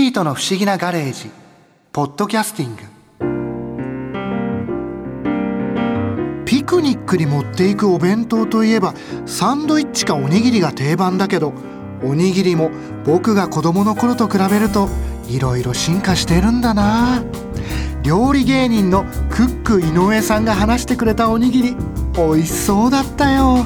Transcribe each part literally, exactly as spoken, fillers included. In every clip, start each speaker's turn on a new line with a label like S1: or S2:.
S1: ートの不思議なガレージポッドキャスティング。ピクニックに持っていくお弁当といえばサンドイッチかおにぎりが定番だけど、おにぎりも僕が子供の頃と比べるといろいろ進化してるんだな。料理芸人のクック井上さんが話してくれたおにぎり美味しそうだったよ。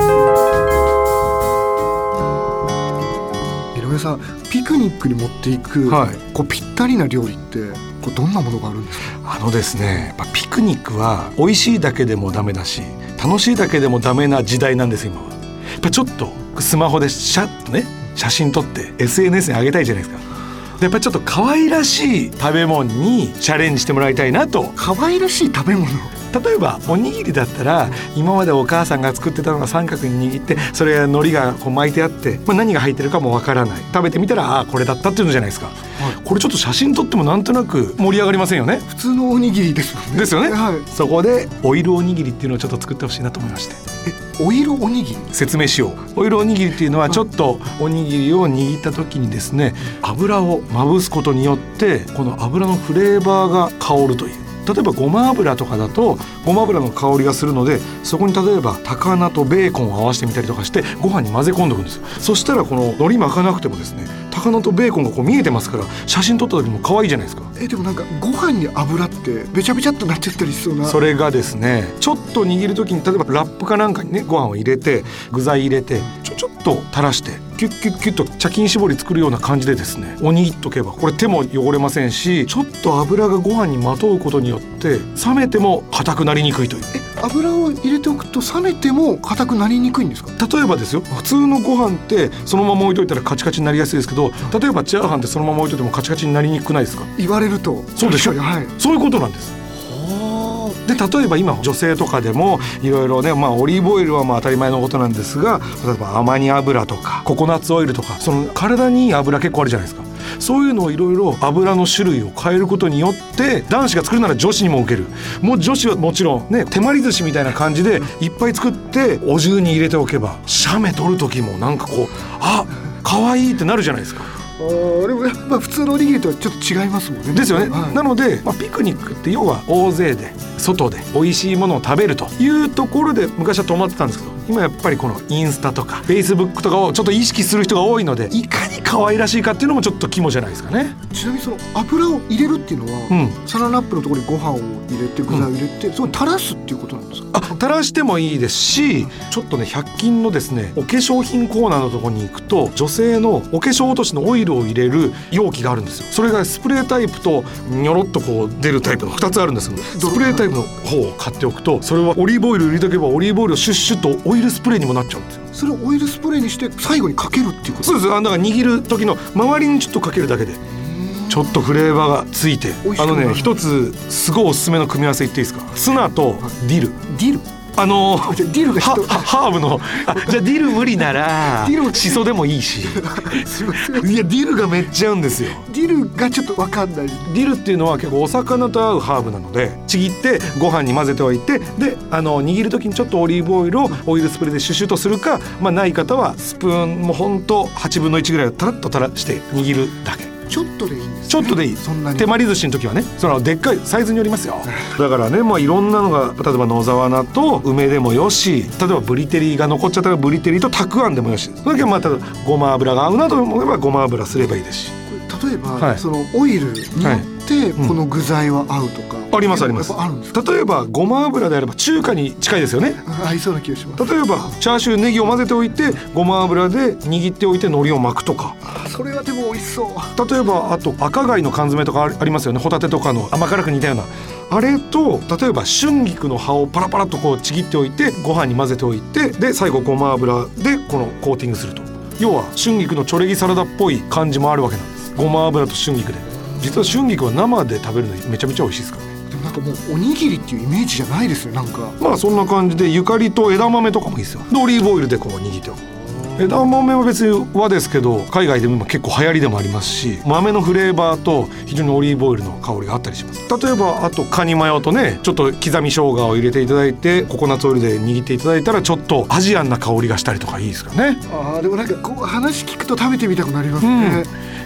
S1: 井上さん、ピクニックに持っていく、はい、こうぴったりな料理ってこうどんなものがあるんですか？
S2: あのですね、やっぱピクニックは美味しいだけでもダメだし楽しいだけでもダメな時代なんです今は。やっぱちょっとスマホでシャッとね写真撮って エスエヌエス に上げたいじゃないですか。でやっぱりちょっと可愛らしい食べ物にチャレンジしてもらいたいなと。
S1: 可愛らしい食べ物、
S2: 例えばおにぎりだったら今までお母さんが作ってたのが三角に握ってそれ海苔がこう巻いてあって、まあ、何が入ってるかもわからない。食べてみたらああこれだったっていうのじゃないですか、はい、これちょっと写真撮ってもなんとなく盛り上がりませんよね。
S1: 普通のおにぎりですよね。
S2: ですよね、
S1: はい、
S2: そこでオイルおにぎりっていうのをちょっと作ってほしいなと思いまして。
S1: え、オイルおにぎり
S2: 説明しよう。オイルおにぎりっていうのはちょっとおにぎりを握った時にですね、油をまぶすことによってこの油のフレーバーが香るという。例えばごま油とかだとごま油の香りがするので、そこに例えば高菜とベーコンを合わせてみたりとかしてご飯に混ぜ込んでおくんですよ。そしたらこの海苔巻かなくてもですね、高菜とベーコンがこう見えてますから写真撮った時も可愛いじゃないですか。
S1: えでもなんかご飯に油ってべちゃべちゃっとなっちゃったりしそうな。
S2: それがですね、ちょっと握る時に例えばラップかなんかにねご飯を入れて具材入れてちょちょっと垂らしてキュッキュッキュッと茶巾絞り作るような感じでですねおにぎっとけばこれ手も汚れませんし、ちょっと油がご飯にまとうことによって冷めても硬くなりにくいという。
S1: え油を入れておくと冷めても硬くなりにくいんですか？
S2: 例えばですよ、普通のご飯ってそのまま置いといたらカチカチになりやすいですけど、例えばチャーハンってそのまま置いといてもカチカチになりにくないですか？
S1: 言われると
S2: そうでしょ、
S1: はい、
S2: そういうことなんです。で例えば今女性とかでもいろいろね、まあオリーブオイルはまあ当たり前のことなんですが、例えばアマニ油とかココナッツオイルとかその体にいい油結構あるじゃないですか。そういうのをいろいろ油の種類を変えることによって男子が作るなら女子にも受ける。もう女子はもちろんね手まり寿司みたいな感じでいっぱい作ってお重に入れておけば写メ撮る時もなんかこうあ可愛いってなるじゃないですか。
S1: あでもやっぱ普通のおにぎりとはちょっと違いますもんね。
S2: ですよね、
S1: はい、
S2: なので、まあ、ピクニックって要は大勢で外で美味しいものを食べるというところで昔は止まってたんですけど、今やっぱりこのインスタとかフェイスブックとかをちょっと意識する人が多いので、いかに可愛らしいかっていうのもちょっと肝じゃないですかね。
S1: ちなみにその油を入れるっていうのは、うん、サランラップのところにご飯を入れて具材を入れて、うん、それを垂らすっていうことなんですか？
S2: あ垂らしてもいいですし、ちょっとねひゃく均のですねお化粧品コーナーのところに行くと女性のお化粧落としのオイルを入れる容器があるんですよ。それがスプレータイプとニョロっとこう出るタイプのふたつあるんですけど、スプレータイプの方を買っておくとそれはオリーブオイル入れとけばオリーブオイルをシュッシュッとオイルスプレーにもなっちゃうんですよ。
S1: それをオイルスプレーにして最後にかけるっていうこと？
S2: そうです。だから握る時の周りにちょっとかけるだけでちょっとフレーバーがついて、あのね一つすごいおすすめの組み合わせ言っていいですか？ツナとディル。
S1: ディル
S2: あの
S1: ディルが
S2: ハ, ハーブのあじゃあディル無理ならシソでもいいし
S1: すいません、
S2: いやディルがめっちゃ合うんですよ。
S1: ディルがちょっと分かんない。
S2: ディルっていうのは結構お魚と合うハーブなのでちぎってご飯に混ぜておいて、であの握る時にちょっとオリーブオイルをオイルスプレーでシュシュとするか、まあ、ない方はスプーンもほんとはちぶんのいちぐらいをタラッと垂らして握るだけ。
S1: ちょっとでいいんですね。
S2: ちょっとでいい。
S1: そんなに
S2: 手まり寿司の時はね、そのでっかいサイズによりますよ。だからね、まあ、いろんなのが例えば野沢菜と梅でもよし、例えばブリテリが残っちゃったらブリテリとたくあんでもよし、その時はまたごま油が合うなと思えばごま油すればいいですし、
S1: 例えば、
S2: はい、
S1: そのオイルによってこの具材は合うとか、
S2: うん、ありますあります。
S1: あるんですか？
S2: 例えばごま油であれば中華に近いですよね。
S1: 合いそうな気がします。
S2: 例えばチャーシューネギを混ぜておいてごま油で握っておいて海苔を巻くとか。
S1: あそれはでも美味しそう。
S2: 例えばあと赤貝の缶詰とかありますよね。ホタテとかの甘辛く似たようなあれと、例えば春菊の葉をパラパラとこうちぎっておいてご飯に混ぜておいて、で最後ごま油でこのコーティングすると、要は春菊のチョレギサラダっぽい感じもあるわけなんです。ごま油と春菊で。実は春菊は生で食べるのめちゃめちゃ美味しいですからね。
S1: でもなんかもうおにぎりっていうイメージじゃないですよ。なんか
S2: まあそんな感じでゆかりと枝豆とかもいいですよ。でオリーブオイルでこう握っておく。枝豆は別に和ですけど海外でも今結構流行りでもありますし、豆のフレーバーと非常にオリーブオイルの香りがあったりします。例えばあとカニマヨとねちょっと刻み生姜を入れていただいてココナッツオイルで握っていただいたらちょっとアジアンな香りがしたりとかいいですかね。
S1: あでもなんかこう話聞くと食べてみたくなりますね、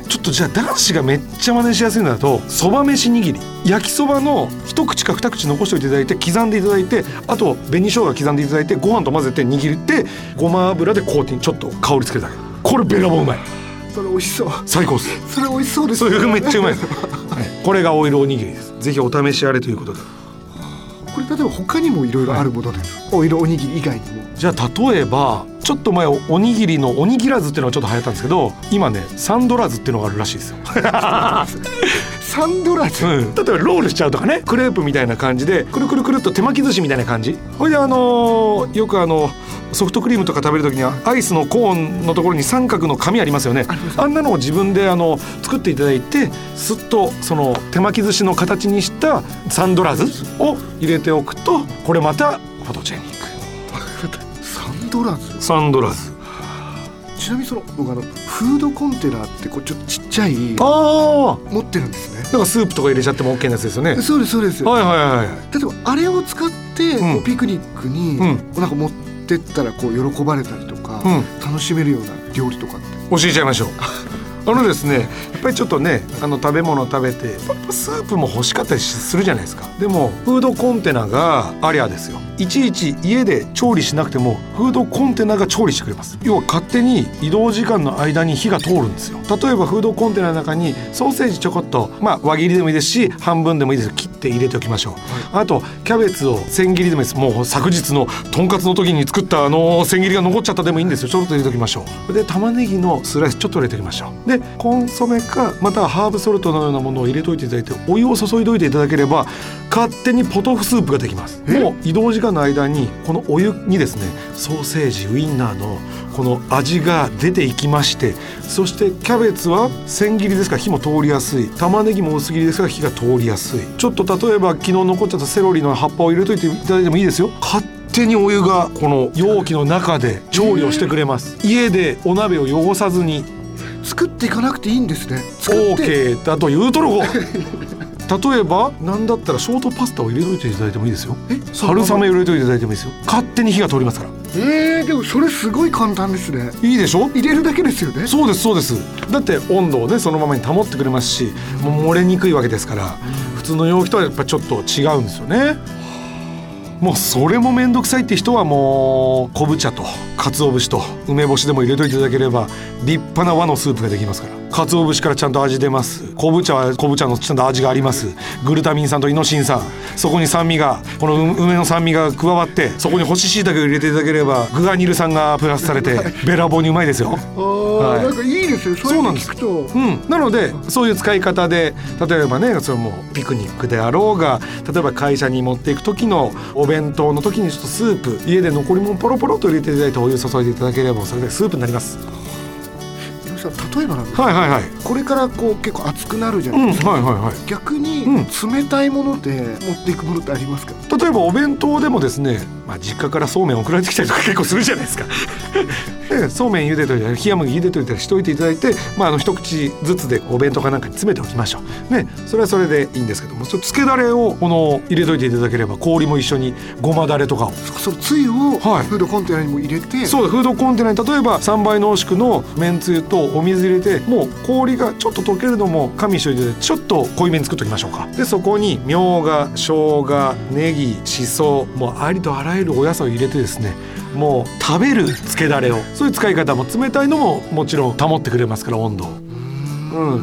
S2: ちょっとじゃあ男子がめっちゃ真似しやすいのだとそば飯握り、焼きそばの一口か二口残しておいていただいて刻んでいただいて、あと紅生姜刻んでいただいてご飯と混ぜて握ってごま油でコーティングちょっと香りつけるだけ。これべらぼうまい。
S1: それ美味しそう。
S2: 最高です。
S1: それ美味しそうですね。
S2: それめっちゃうまいです、はい、これがオイルおにぎりです。ぜひお試しあれということで。
S1: これ例えば他にもいろいろあるものです、はい、オイルおにぎり以外にも。
S2: じゃあ例えばちょっと前おにぎりのおにぎらずっていうのがちょっと流行ったんですけど、今ねサンドラズっていうのがあるらしいですよ
S1: サンドラズ、
S2: うん、例えばロールしちゃうとかね、クレープみたいな感じでくるくるくるっと手巻き寿司みたいな感じ。これであのー、よくあのソフトクリームとか食べるときにはアイスのコーンのところに三角の紙ありますよね。 あ, あんなのを自分であの作っていただいて、すっとその手巻き寿司の形にしたサンドラズを入れておくと、これまたフォトジェニック
S1: サンドラズ
S2: サンドラズ。
S1: ちなみにその僕あのフードコンテナってこうちょっとちっちゃい
S2: あ
S1: 持ってるんですね。
S2: だからスープとか入れちゃっても OK なやつですよね。
S1: そうですそうです。
S2: はいはいはい。
S1: 例えばあれを使って、うん、ピクニックに、うん、なんか持ってったらこう喜ばれたりとか、うん、楽しめるような料理とかって
S2: 教えちゃいましょうあのですね、やっぱりちょっとねあの食べ物を食べてスープも欲しかったりするじゃないですか。でもフードコンテナがありゃですよ、いちいち家で調理しなくてもフードコンテナが調理してくれます。要は勝手に移動時間の間に火が通るんですよ。例えばフードコンテナの中にソーセージちょこっと、まあ輪切りでもいいですし半分でもいいです。切って入れておきましょう、はい、あとキャベツを千切りでもいいです。もう昨日のとんかつの時に作ったあの千切りが残っちゃったでもいいんですよ。ちょろっと入れておきましょう。で玉ねぎのスライスちょっと入れておきましょう。でコンソメかまたはハーブソルトのようなものを入れといていただいてお湯を注いでおいていただければ勝手にポトフスープができます。もう移動時間の間にこのお湯にですねソーセージウインナーのこの味が出ていきまして、そしてキャベツは千切りですから火も通りやすい、玉ねぎも薄切りですから火が通りやすい。ちょっと例えば昨日残っちゃったセロリの葉っぱを入れといていただいてもいいですよ。勝手にお湯がこの容器の中で調理をしてくれます。家でお鍋を汚さずに
S1: 作っていかなくていいんですね。作って
S2: OK だと言うとるご例えば何だったらショートパスタを入れといていただいてもいいですよ。え春雨を入れといていただいてもいいですよ。勝手に火が通りますから。
S1: えー、でもそれすごい簡単ですね。
S2: いいでしょ。
S1: 入れるだけですよね。
S2: そうですそうです。だって温度をねそのままに保ってくれますし、もう漏れにくいわけですから、普通の容器とはやっぱちょっと違うんですよね。もうそれもめんどくさいって人はもう昆布茶と鰹節と梅干しでも入れといていただければ立派な和のスープができますから。鰹節からちゃんと味出ます。昆布茶は昆布茶のちゃんと味があります。グルタミン酸とイノシン酸、そこに酸味がこの梅の酸味が加わって、そこに干し椎茸を入れていただければグアニル酸がプラスされてべらぼうにうまいですよ。
S1: あ、はい、なんかいいですよ。そういうの聞くと、
S2: うん、なのでそういう使い方で例えばねそれもピクニックであろうが、例えば会社に持っていく時のお弁当の時にちょっとスープ家で残り物ポロポロと入れていただいてお湯注いでいただければそれでスープになります。
S1: 例えばなんですけど、
S2: はいはいはい、
S1: これからこう結構熱くなるじゃないですか、
S2: うんはいはいはい、
S1: 逆に冷たいもので持っていくものってありますか？
S2: 例えばお弁当でもですね、まあ、実家からそうめん送られてきたりとか結構するじゃないですかでそうめん茹でといたり冷麦茹でといたりしといていただいて、まあ、あの一口ずつでお弁当かなんかに詰めておきましょう、ね、それはそれでいいんですけども、そのつけだれをこの入れといていただければ氷も一緒にごまだれとかを
S1: そのつゆをフードコンテナにも入れて、はい、
S2: そうフードコンテナに例えばさんばい濃縮のめんつゆとお水入れて、もう氷がちょっと溶けるのも加味しといてちょっと濃いめに作っておきましょうか。でそこにみょうが、生姜、ネギ、しそ、もうありとあらゆるお野菜を入れてですね、もう食べるつけだれを、そういう使い方も冷たいのももちろん保ってくれますから温度を、うん、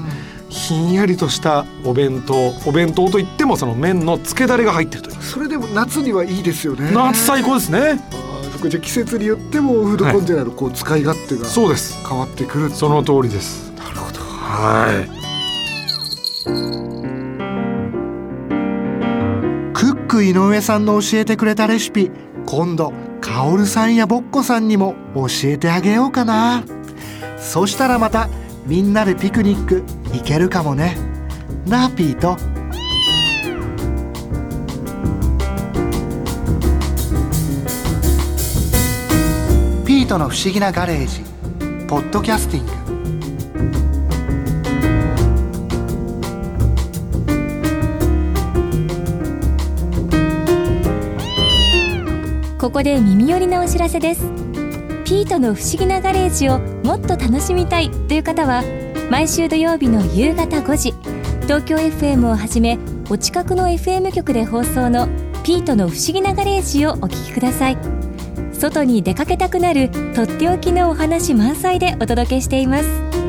S2: ひんやりとしたお弁当お弁当といってもその麺のつけだれが入ってるという。
S1: それでも夏にはいいですよね。
S2: 夏最高ですね。
S1: じゃあ季節によってもフードコンテナのこう使い勝手が変わってくる、はい、
S2: その通りです。
S1: なるほど。
S2: はい。
S1: クック井上さんの教えてくれたレシピ、今度カオルさんやボッコさんにも教えてあげようかな。そしたらまたみんなでピクニック行けるかもね。なあピート。ピートの不思議なガレージポッドキャスティング。
S3: ここで耳寄りなお知らせです。ピートの不思議なガレージをもっと楽しみたいという方は毎週土曜日の夕方ごじ、東京 エフエム をはじめお近くの エフエム 局で放送のピートの不思議なガレージをお聞きください。外に出かけたくなるとっておきのお話満載でお届けしています。